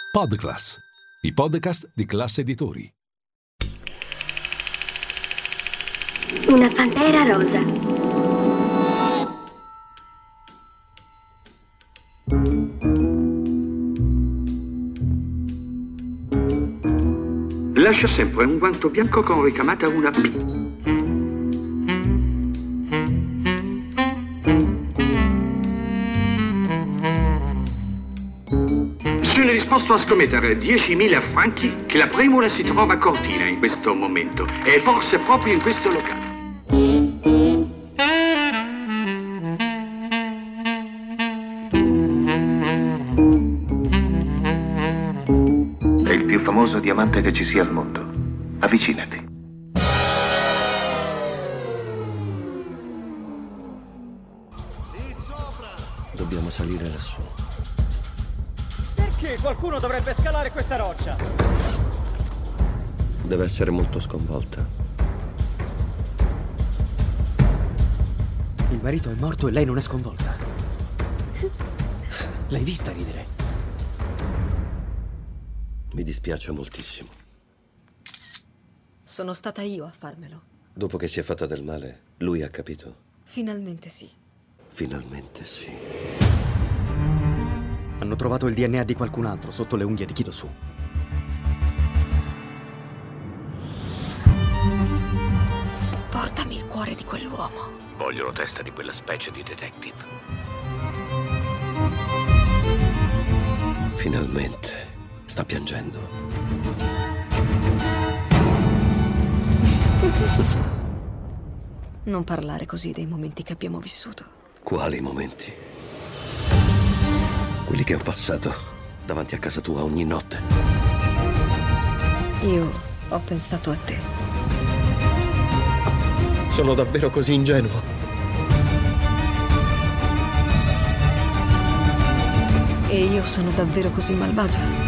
Podclass, i podcast di Class Editori. Una pantera rosa. Lascia sempre un guanto bianco con ricamata una P. Sono disposto a scommettere 10.000 franchi che la Premula si trova a Cortina in questo momento e forse proprio in questo locale. È il più famoso diamante che ci sia al mondo. Avvicinati. Dobbiamo salire lassù. Perché qualcuno dovrebbe scalare questa roccia? Deve essere molto sconvolta. Il marito è morto e lei non è sconvolta. L'hai vista ridere? Mi dispiace moltissimo. Sono stata io a farmelo. Dopo che si è fatta del male, lui ha capito? Finalmente sì. Finalmente sì. Hanno trovato il DNA di qualcun altro sotto le unghie di Kidosu. Portami il cuore di quell'uomo. Voglio la testa di quella specie di detective. Finalmente. Sta piangendo. Non parlare così dei momenti che abbiamo vissuto. Quali momenti? Quelli che ho passato davanti a casa tua ogni notte. Io ho pensato a te. Sono davvero così ingenuo? E io sono davvero così malvagia?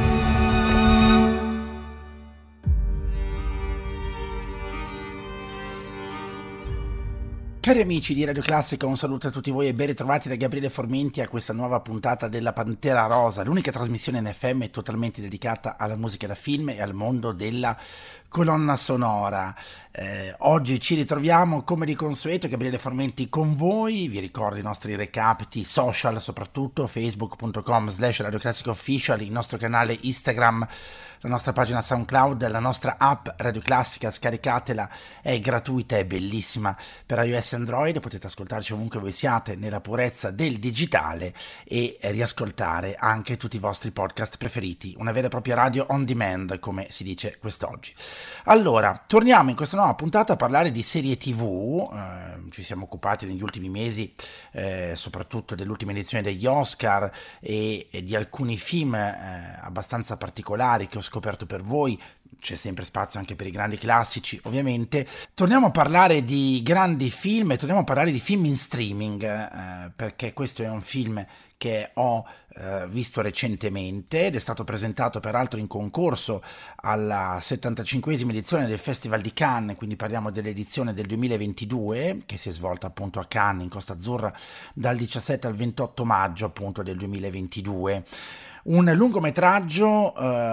Cari amici di Radio Classica, un saluto a tutti voi e ben ritrovati da Gabriele Formenti a questa nuova puntata della Pantera Rosa, l'unica trasmissione in FM totalmente dedicata alla musica da film e al mondo della colonna sonora. Oggi ci ritroviamo come di consueto, Gabriele Formenti con voi. Vi ricordo i nostri recapiti social, soprattutto facebook.com/Radio Classica Official, il nostro canale Instagram, la nostra pagina SoundCloud, la nostra app Radio Classica, scaricatela, è gratuita, è bellissima per iOS e Android, potete ascoltarci ovunque voi siate nella purezza del digitale e riascoltare anche tutti i vostri podcast preferiti, una vera e propria radio on demand come si dice quest'oggi. Allora, torniamo in questa nuova puntata a parlare di serie TV, ci siamo occupati negli ultimi mesi soprattutto dell'ultima edizione degli Oscar e di alcuni film abbastanza particolari che ho scoperto per voi. C'è sempre spazio anche per i grandi classici, ovviamente. Torniamo a parlare di grandi film e torniamo a parlare di film in streaming, perché questo è un film che ho visto recentemente ed è stato presentato peraltro in concorso alla 75esima edizione del Festival di Cannes, quindi parliamo dell'edizione del 2022 che si è svolta appunto a Cannes in Costa Azzurra dal 17 al 28 maggio appunto del 2022. Un lungometraggio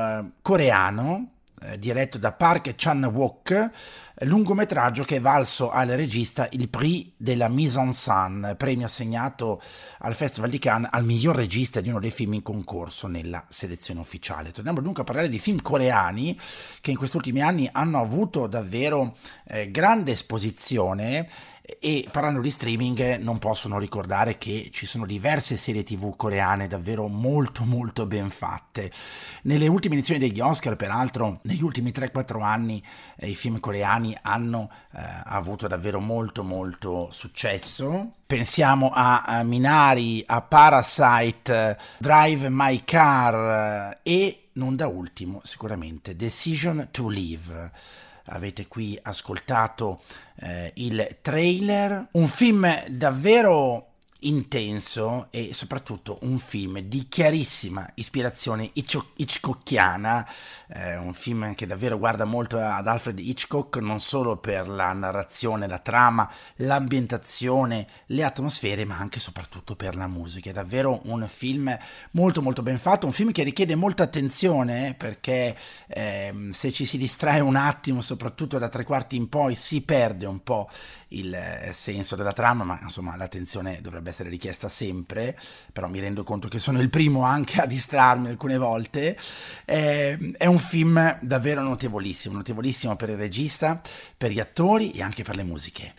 coreano diretto da Park Chan-wook, lungometraggio che è valso al regista il Prix de la Mise en Scène, premio assegnato al Festival di Cannes al miglior regista di uno dei film in concorso nella selezione ufficiale. Torniamo dunque a parlare di film coreani che in questi ultimi anni hanno avuto davvero grande esposizione. E parlando di streaming non posso non ricordare che ci sono diverse serie TV coreane davvero molto molto ben fatte. Nelle ultime edizioni degli Oscar, peraltro, negli ultimi 3-4 anni i film coreani hanno avuto davvero molto molto successo. Pensiamo a Minari, a Parasite, Drive My Car e non da ultimo sicuramente Decision to Live. Avete qui ascoltato il trailer, un film davvero intenso e soprattutto un film di chiarissima ispirazione hitchcockiana, un film che davvero guarda molto ad Alfred Hitchcock, non solo per la narrazione, la trama, l'ambientazione, le atmosfere, ma anche e soprattutto per la musica. È davvero un film molto molto ben fatto, un film che richiede molta attenzione, perché se ci si distrae un attimo, soprattutto da 3/4 in poi, si perde un po' il senso della trama, ma insomma l'attenzione dovrebbe essere richiesta sempre, però mi rendo conto che sono il primo anche a distrarmi alcune volte. È un film davvero notevolissimo per il regista, per gli attori e anche per le musiche.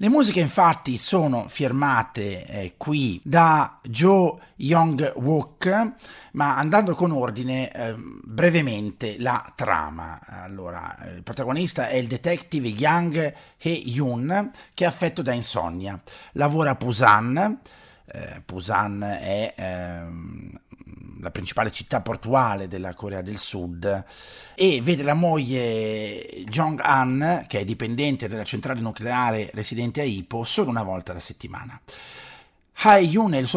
Le musiche infatti sono firmate qui da Jo Young-wook, ma andando con ordine, brevemente la trama. Allora, il protagonista è il detective Yang Hye-yoon, che è affetto da insonnia. Lavora a Busan. Busan è la principale città portuale della Corea del Sud, e vede la moglie Jong-an, che è dipendente della centrale nucleare residente a Ipo, solo una volta alla settimana. Hae-yoon e il suo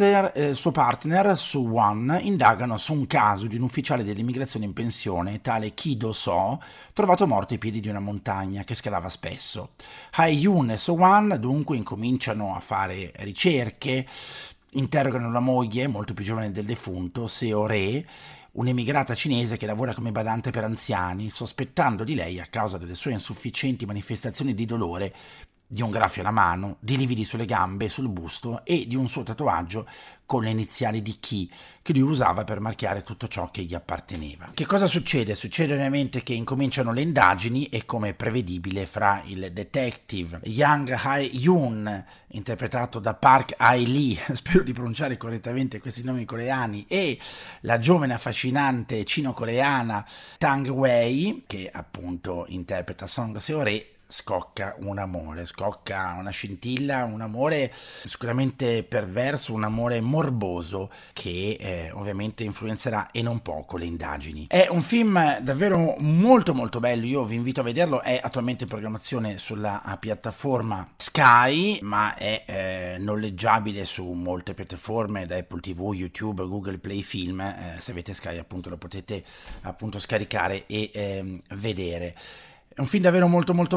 partner Soo-won indagano su un caso di un ufficiale dell'immigrazione in pensione, tale Ki Do-so, trovato morto ai piedi di una montagna che scalava spesso. Hae-yoon e Soo-won dunque incominciano a fare ricerche, interrogano la moglie, molto più giovane del defunto, Seo-re, un'emigrata cinese che lavora come badante per anziani, sospettando di lei a causa delle sue insufficienti manifestazioni di dolore, di un graffio alla mano, di lividi sulle gambe e sul busto e di un suo tatuaggio con le iniziali di Ki, che lui usava per marchiare tutto ciò che gli apparteneva. Che cosa succede? Succede ovviamente che incominciano le indagini e, come prevedibile, fra il detective Yang Hae-yoon, interpretato da Park Hae-lee, spero di pronunciare correttamente questi nomi coreani, e la giovane affascinante cino-coreana Tang Wei, che appunto interpreta Song Seo-re, scocca un amore, scocca una scintilla, un amore sicuramente perverso, un amore morboso che ovviamente influenzerà e non poco le indagini. È un film davvero molto molto bello, io vi invito a vederlo, è attualmente in programmazione sulla piattaforma Sky, ma è noleggiabile su molte piattaforme, da Apple TV, YouTube, Google Play Film, se avete Sky appunto lo potete appunto scaricare e vedere. È un film davvero molto molto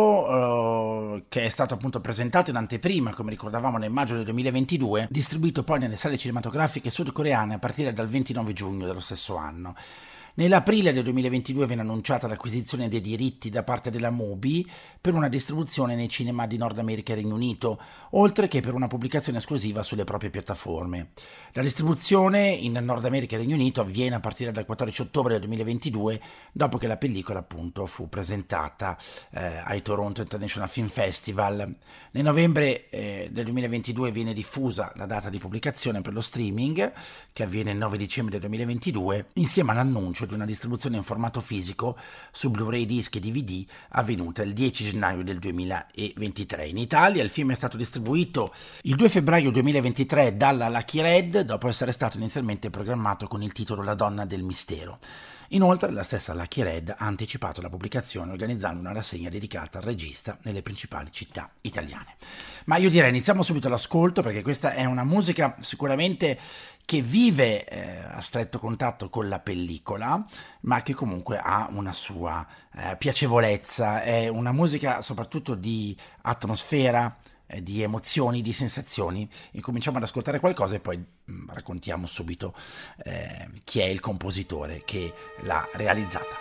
bello, che è stato appunto presentato in anteprima, come ricordavamo, nel maggio del 2022, distribuito poi nelle sale cinematografiche sudcoreane a partire dal 29 giugno dello stesso anno. Nell'aprile del 2022 viene annunciata l'acquisizione dei diritti da parte della Mubi per una distribuzione nei cinema di Nord America e Regno Unito, oltre che per una pubblicazione esclusiva sulle proprie piattaforme. La distribuzione in Nord America e Regno Unito avviene a partire dal 14 ottobre del 2022, dopo che la pellicola appunto fu presentata ai Toronto International Film Festival. Nel novembre del 2022 viene diffusa la data di pubblicazione per lo streaming, che avviene il 9 dicembre del 2022, insieme all'annuncio di una distribuzione in formato fisico su Blu-ray disc e DVD avvenuta il 10 gennaio del 2023. In Italia il film è stato distribuito il 2 febbraio 2023 dalla Lucky Red, dopo essere stato inizialmente programmato con il titolo La donna del mistero. Inoltre la stessa Lucky Red ha anticipato la pubblicazione organizzando una rassegna dedicata al regista nelle principali città italiane. Ma io direi iniziamo subito l'ascolto, perché questa è una musica sicuramente che vive a stretto contatto con la pellicola, ma che comunque ha una sua piacevolezza. È una musica soprattutto di atmosfera, di emozioni, di sensazioni. Incominciamo ad ascoltare qualcosa e poi raccontiamo subito chi è il compositore che l'ha realizzata.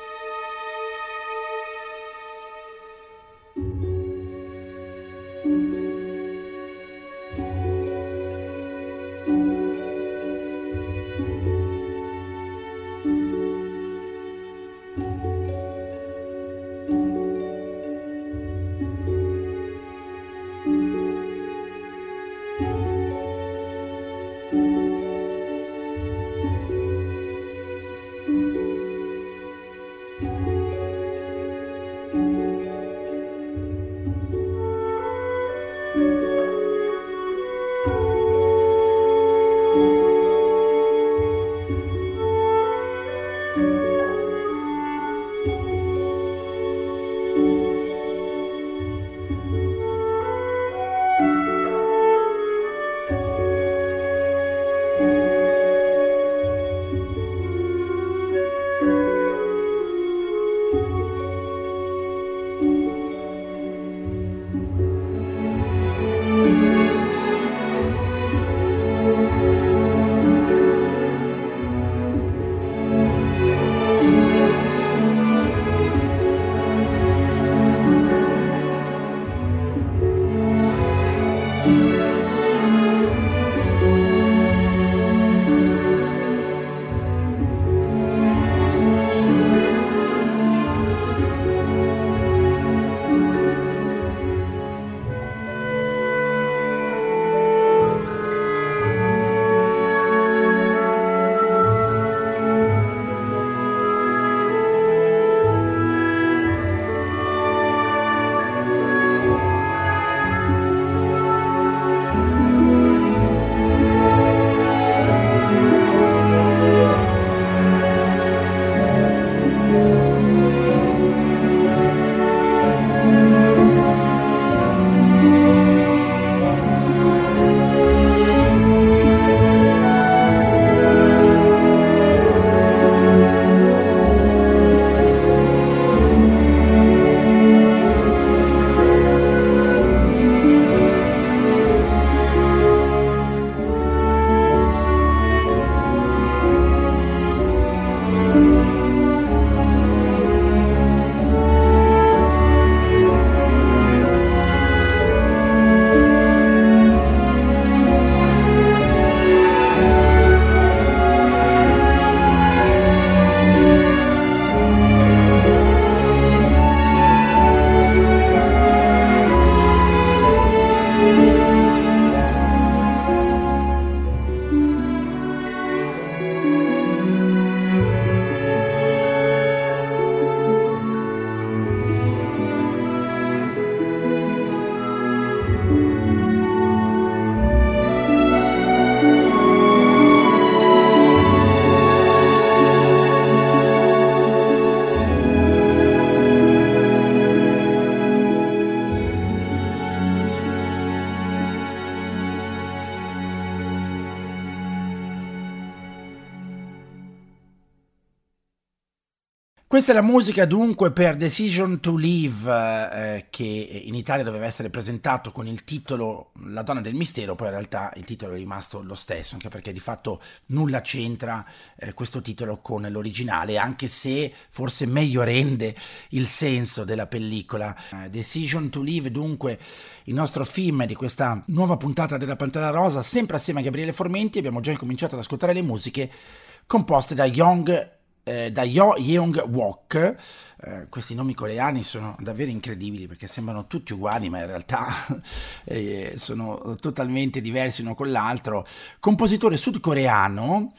Questa è la musica dunque per Decision to Live, che in Italia doveva essere presentato con il titolo La donna del mistero, poi in realtà il titolo è rimasto lo stesso, anche perché di fatto nulla c'entra questo titolo con l'originale, anche se forse meglio rende il senso della pellicola. Decision to Live dunque il nostro film di questa nuova puntata della Pantera Rosa, sempre assieme a Gabriele Formenti. Abbiamo già incominciato ad ascoltare le musiche composte da Yo Yeong Wook. Questi nomi coreani sono davvero incredibili perché sembrano tutti uguali, ma in realtà sono totalmente diversi uno con l'altro. Compositore sudcoreano,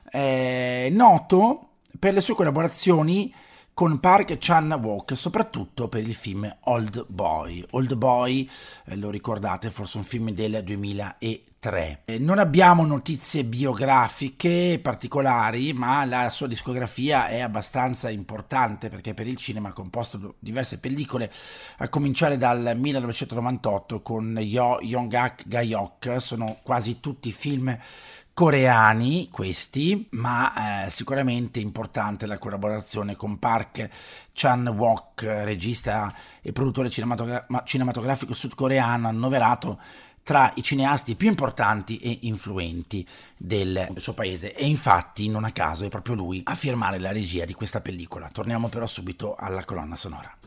noto per le sue collaborazioni con Park Chan-wook, soprattutto per il film Old Boy. Old Boy, lo ricordate, forse un film del 2003. Non abbiamo notizie biografiche particolari, ma la sua discografia è abbastanza importante perché per il cinema ha composto diverse pellicole, a cominciare dal 1998 con Yo Yong-ak Gayok. Sono quasi tutti film coreani questi, ma sicuramente importante la collaborazione con Park Chan-wook, regista e produttore cinematografico sudcoreano, annoverato tra i cineasti più importanti e influenti del suo paese, e infatti non a caso è proprio lui a firmare la regia di questa pellicola. Torniamo però subito alla colonna sonora.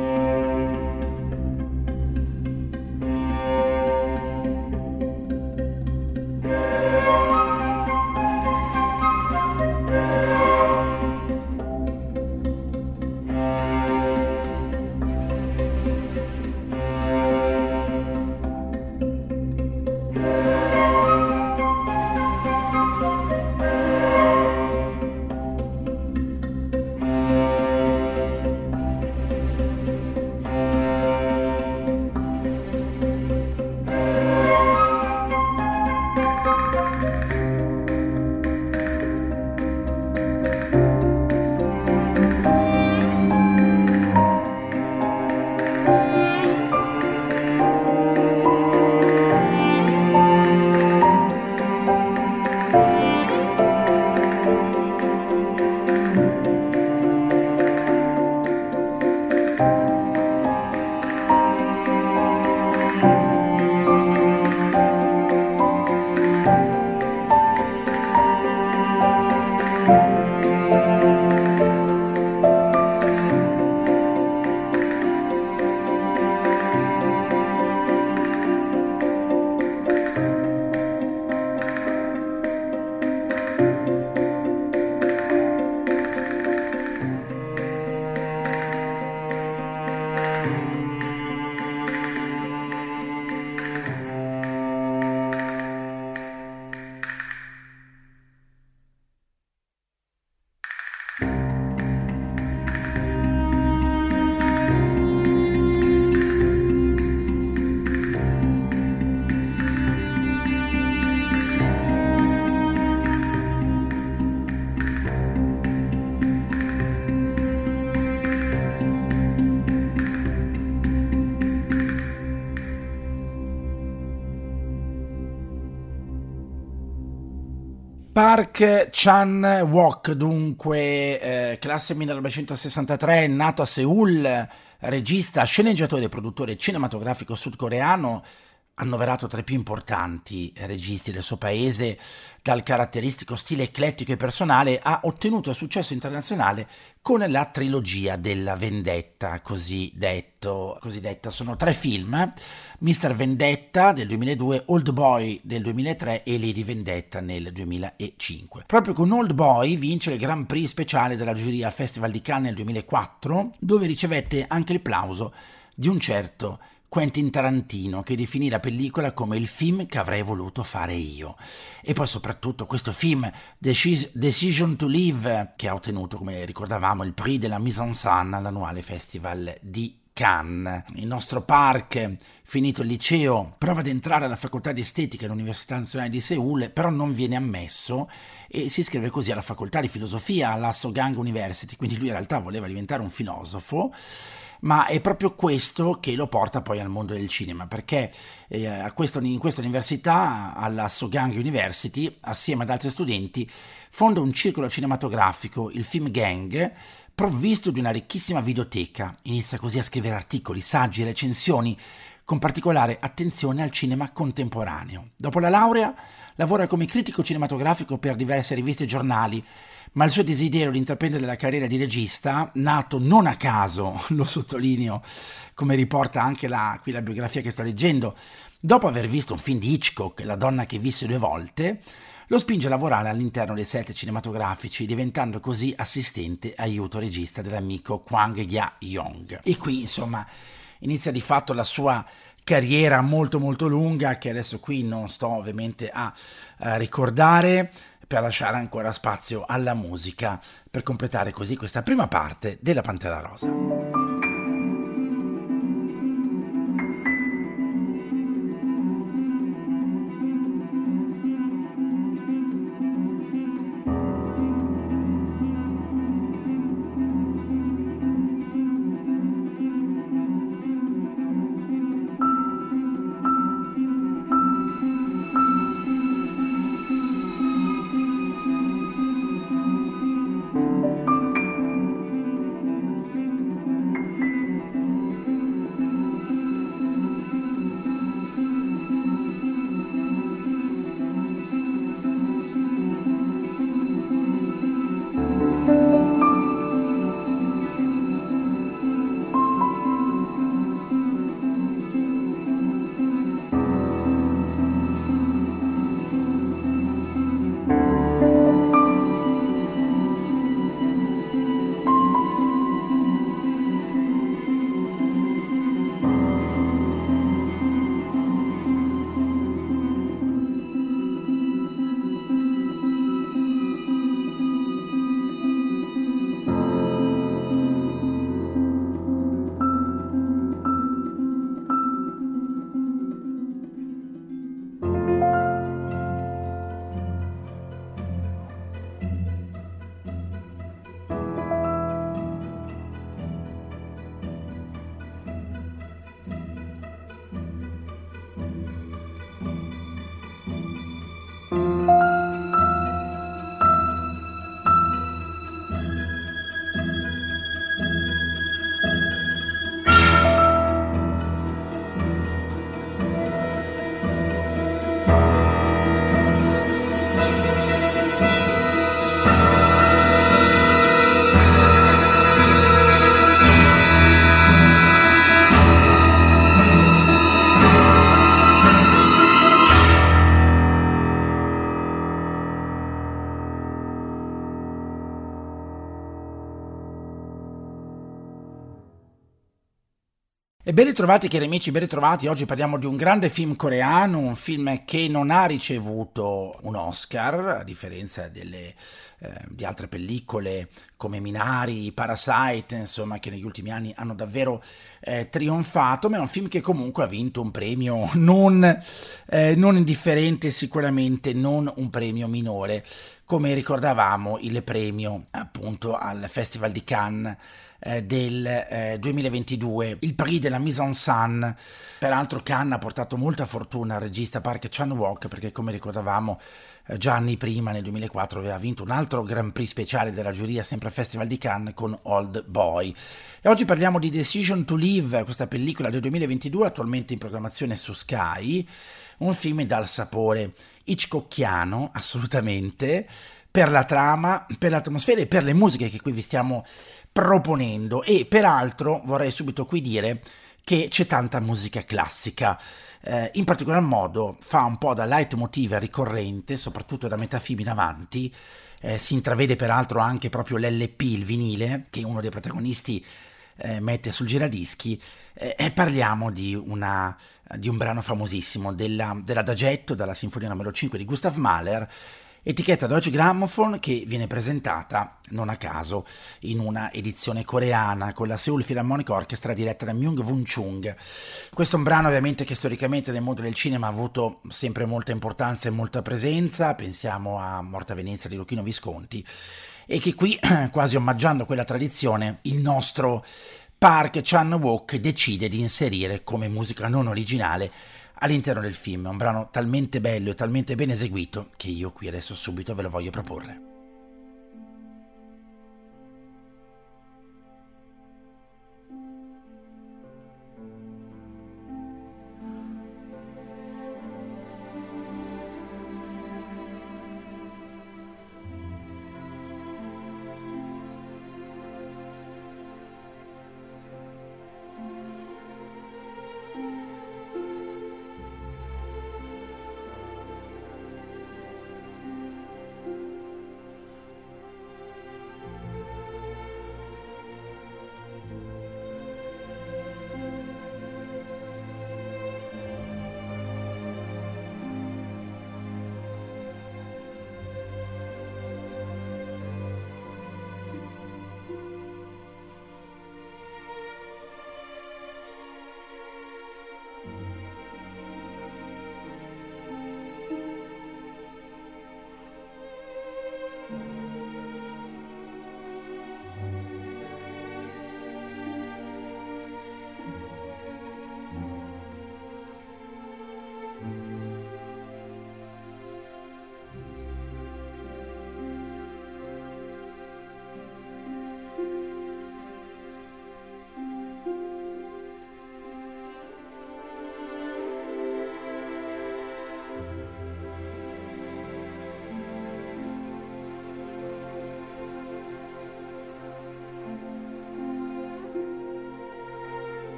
Park Chan-wook, dunque, classe 1963, nato a Seoul, regista, sceneggiatore e produttore cinematografico sudcoreano, annoverato tra i più importanti registi del suo paese. Dal caratteristico stile eclettico e personale ha ottenuto successo internazionale con la trilogia della vendetta, cosiddetta. Sono 3 film: Mr. Vendetta del 2002, Old Boy del 2003 e Lady Vendetta nel 2005. Proprio con Old Boy vince il Grand Prix speciale della giuria al Festival di Cannes nel 2004, dove ricevette anche il plauso di un certo Quentin Tarantino, che definì la pellicola come il film che avrei voluto fare io. E poi soprattutto questo film Decision to Live, che ha ottenuto, come ricordavamo, il Prix de la Mise en Scène all'annuale Festival di Cannes. Il nostro Park, finito il liceo, prova ad entrare alla facoltà di estetica all'Università Nazionale di Seoul, però non viene ammesso e si iscrive così alla facoltà di filosofia alla Sogang University. Quindi lui in realtà voleva diventare un filosofo, ma è proprio questo che lo porta poi al mondo del cinema, perché in questa università, alla Sogang University, assieme ad altri studenti, fonda un circolo cinematografico, il Film Gang, provvisto di una ricchissima videoteca. Inizia così a scrivere articoli, saggi, recensioni, con particolare attenzione al cinema contemporaneo. Dopo la laurea lavora come critico cinematografico per diverse riviste e giornali, ma il suo desiderio di intraprendere la carriera di regista, nato non a caso, lo sottolineo, come riporta anche qui la biografia che sto leggendo, dopo aver visto un film di Hitchcock, La donna che visse 2 volte, lo spinge a lavorare all'interno dei set cinematografici, diventando così assistente aiuto regista dell'amico Kwang Ya-yong. E qui, insomma, inizia di fatto la sua carriera molto molto lunga, che adesso qui non sto ovviamente a ricordare, per lasciare ancora spazio alla musica, per completare così questa prima parte della Pantera Rosa. E ben ritrovati cari amici, ben ritrovati. Oggi parliamo di un grande film coreano, un film che non ha ricevuto un Oscar, a differenza di altre pellicole come Minari, Parasite, insomma, che negli ultimi anni hanno davvero trionfato, ma è un film che comunque ha vinto un premio non indifferente, sicuramente non un premio minore, come ricordavamo il premio appunto al Festival di Cannes del 2022, il Prix de la Mise en Scène. Peraltro Cannes ha portato molta fortuna al regista Park Chan-wook, perché come ricordavamo già anni prima, nel 2004, aveva vinto un altro Grand Prix speciale della giuria sempre al Festival di Cannes con Old Boy. E oggi parliamo di Decision to Live, questa pellicola del 2022 attualmente in programmazione su Sky, un film dal sapore hitchcockiano assolutamente, per la trama, per l'atmosfera e per le musiche che qui vi stiamo proponendo. E peraltro vorrei subito qui dire che c'è tanta musica classica, in particolar modo fa un po' da leitmotiv ricorrente, soprattutto da metà film in avanti. Si intravede peraltro anche proprio l'LP, il vinile, che uno dei protagonisti mette sul giradischi, e parliamo di un brano famosissimo dell'Adagetto, dalla Sinfonia numero 5 di Gustav Mahler, etichetta Deutsche Grammophon, che viene presentata non a caso in una edizione coreana con la Seoul Philharmonic Orchestra diretta da Myung-Whun Chung. Questo è un brano ovviamente che storicamente nel mondo del cinema ha avuto sempre molta importanza e molta presenza, pensiamo a Morta a Venezia di Luchino Visconti, e che qui, quasi omaggiando quella tradizione, il nostro Park Chan-wook decide di inserire come musica non originale all'interno del film. È un brano talmente bello e talmente ben eseguito che io qui adesso subito ve lo voglio proporre.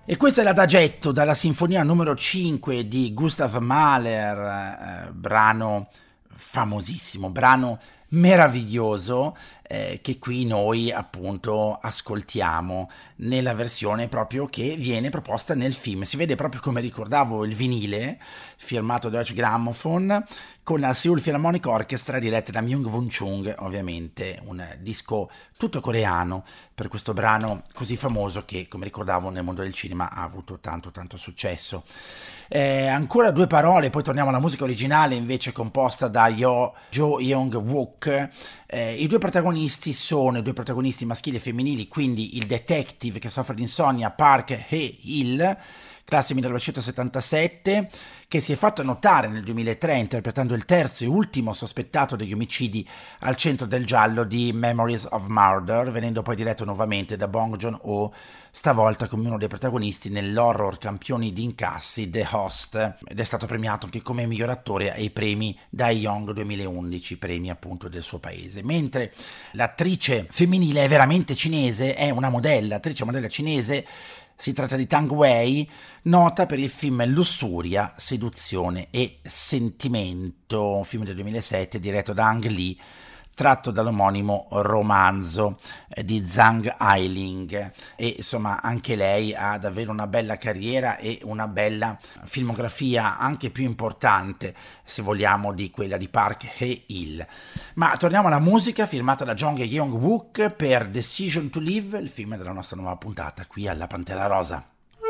E questo è l'adagetto dalla sinfonia numero 5 di Gustav Mahler, brano famosissimo, brano meraviglioso, che qui noi appunto ascoltiamo nella versione proprio che viene proposta nel film. Si vede proprio, come ricordavo, il vinile firmato Deutsche Grammophon con la Seoul Philharmonic Orchestra diretta da Myung Whun Chung, ovviamente un disco tutto coreano per questo brano così famoso che, come ricordavo, nel mondo del cinema ha avuto tanto successo. Ancora due parole, poi torniamo alla musica originale invece composta da Jo Young-wook. I due protagonisti sono i due protagonisti maschili e femminili, quindi il detective che soffre di insonnia Park Hae-il, classe 1977, che si è fatto notare nel 2003 interpretando il terzo e ultimo sospettato degli omicidi al centro del giallo di Memories of Murder, venendo poi diretto nuovamente da Bong Joon-ho, stavolta come uno dei protagonisti nell'horror campioni di incassi The Host, ed è stato premiato anche come miglior attore ai premi Dai Young 2011, premi appunto del suo paese. Mentre l'attrice femminile è veramente cinese, è una modella, attrice modella cinese. Si tratta di Tang Wei, nota per il film Lussuria, seduzione e sentimento, un film del 2007 diretto da Ang Lee, tratto dall'omonimo romanzo di Zhang Ailing, e insomma anche lei ha davvero una bella carriera e una bella filmografia, anche più importante se vogliamo di quella di Park Hae-il. Ma torniamo alla musica firmata da Jong Young-wook per Decision to Live, il film della nostra nuova puntata qui alla Pantera Rosa.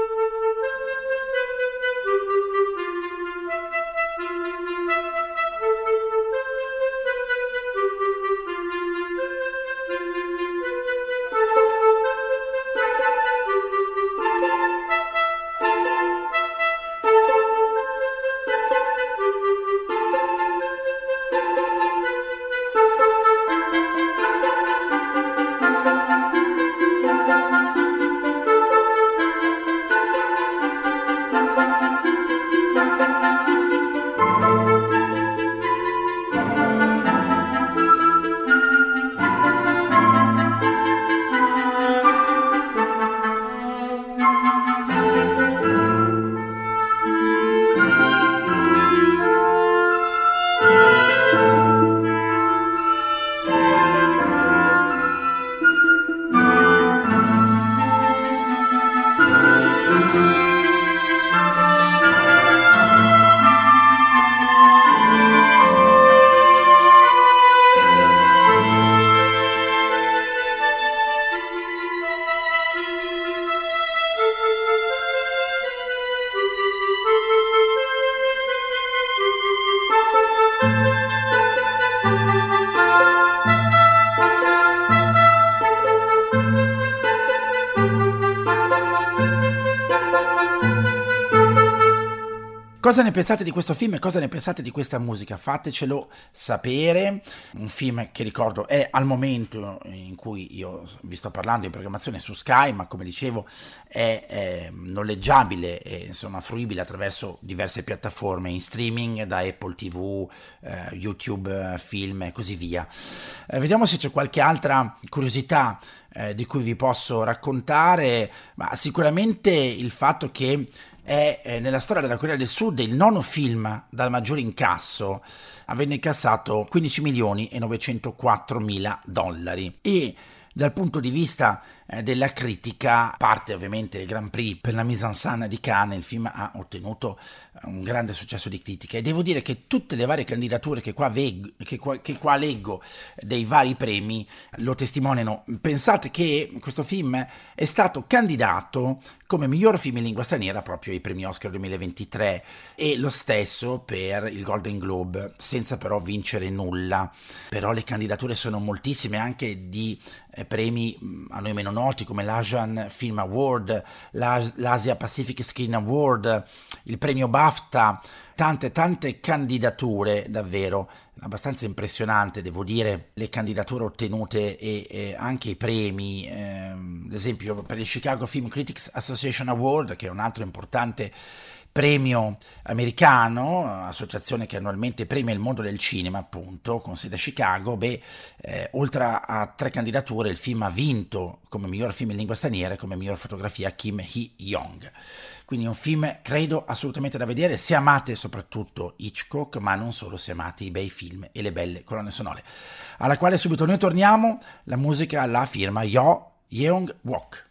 Cosa ne pensate di questo film e cosa ne pensate di questa musica? Fatecelo sapere. Un film che, ricordo, è al momento in cui io vi sto parlando in programmazione su Sky, ma come dicevo è noleggiabile e insomma fruibile attraverso diverse piattaforme in streaming, da Apple TV, YouTube, film e così via. Vediamo se c'è qualche altra curiosità di cui vi posso raccontare, ma sicuramente il fatto che è nella storia della Corea del Sud il nono film dal maggiore incasso, avendo incassato 15 milioni e 904 mila dollari. E dal punto di vista della critica, a parte ovviamente il Grand Prix per la mise en scène di Cannes, il film ha ottenuto un grande successo di critica, e devo dire che tutte le varie candidature che qua leggo dei vari premi lo testimoniano. Pensate che questo film è stato candidato come miglior film in lingua straniera proprio ai premi Oscar 2023, e lo stesso per il Golden Globe, senza però vincere nulla. Però le candidature sono moltissime, anche di premi a noi meno noti come l'Asian Film Award, l'Asia Pacific Screen Award, il premio BAFTA, tante candidature, davvero abbastanza impressionante, devo dire, le candidature ottenute e anche i premi, ad esempio per il Chicago Film Critics Association Award, che è un altro importante premio americano, associazione che annualmente premia il mondo del cinema, appunto, con sede a Chicago. Oltre a 3 candidature, il film ha vinto come miglior film in lingua straniera e come miglior fotografia Kim Hee-young. Quindi un film, credo, assolutamente da vedere se amate soprattutto Hitchcock, ma non solo, se amate i bei film e le belle colonne sonore. Alla quale subito noi torniamo, la musica la firma Yo Yeong-wook.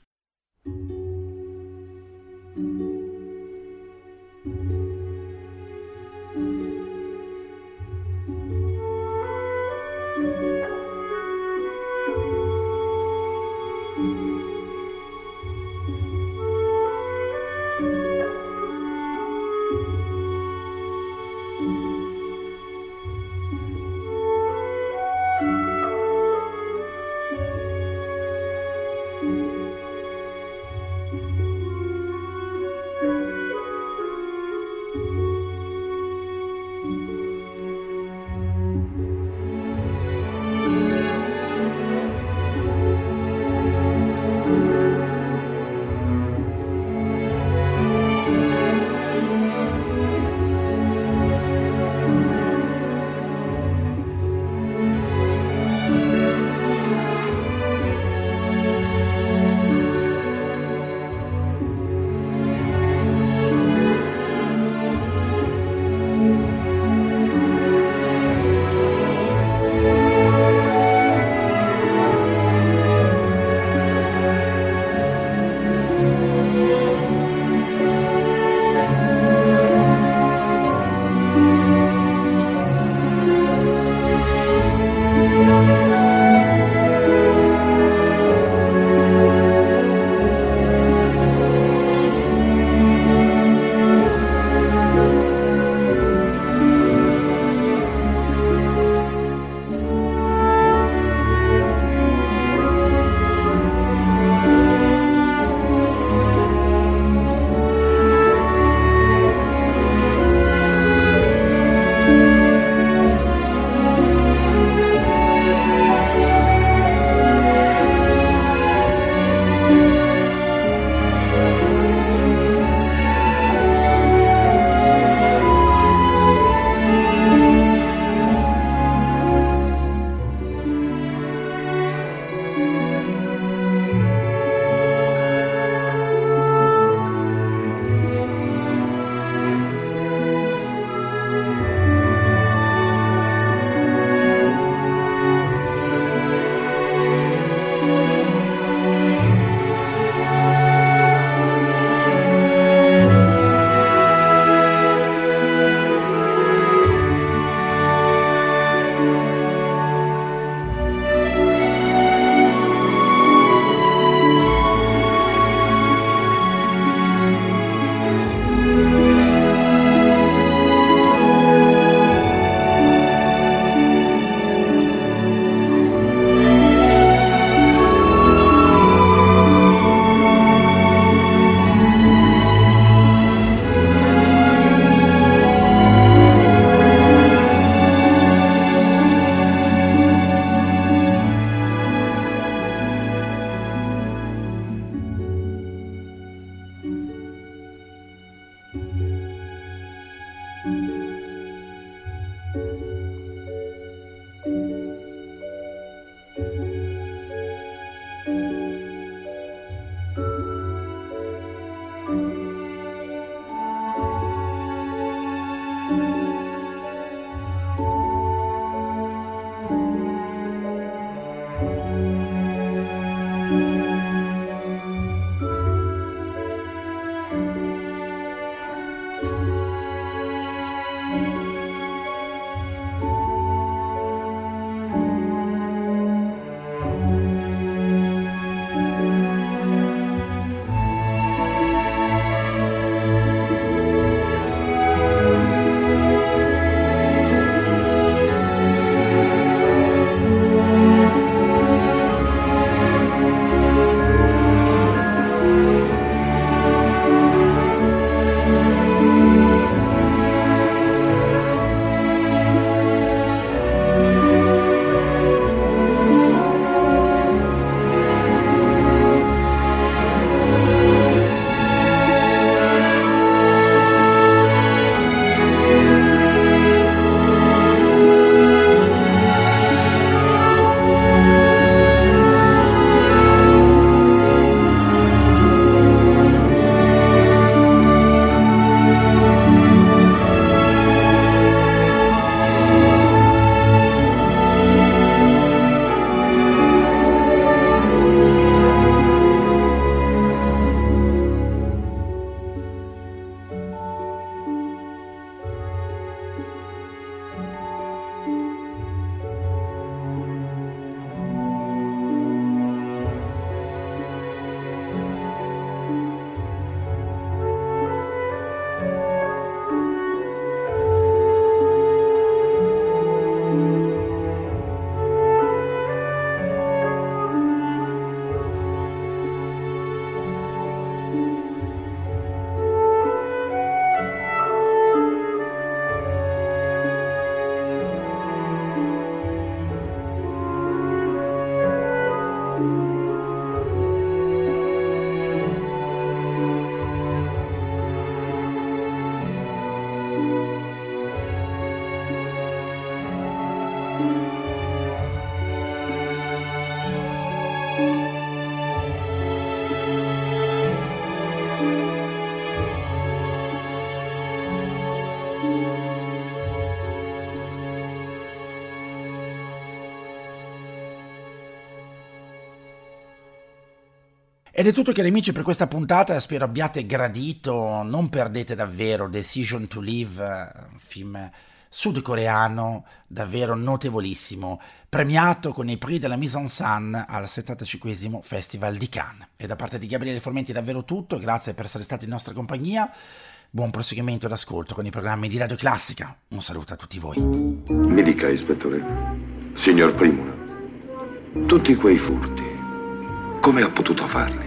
Ed è tutto, cari amici, per questa puntata. Spero abbiate gradito. Non perdete davvero Decision to Live, un film sudcoreano davvero notevolissimo, premiato con i Prix de la Mise en Scène al 75esimo Festival di Cannes. E da parte di Gabriele Formenti è davvero tutto. Grazie per essere stati in nostra compagnia. Buon proseguimento d'ascolto con i programmi di Radio Classica. Un saluto a tutti voi. Mi dica, ispettore, signor Primula, tutti quei furti, come ha potuto farli?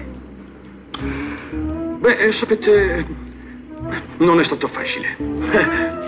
Beh, sapete, non è stato facile.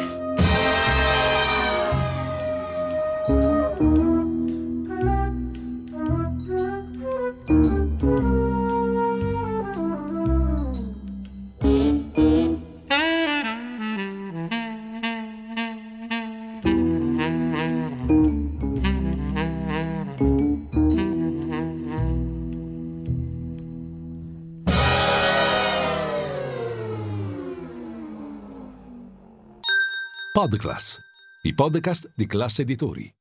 Podclass, i podcast di Classe Editori.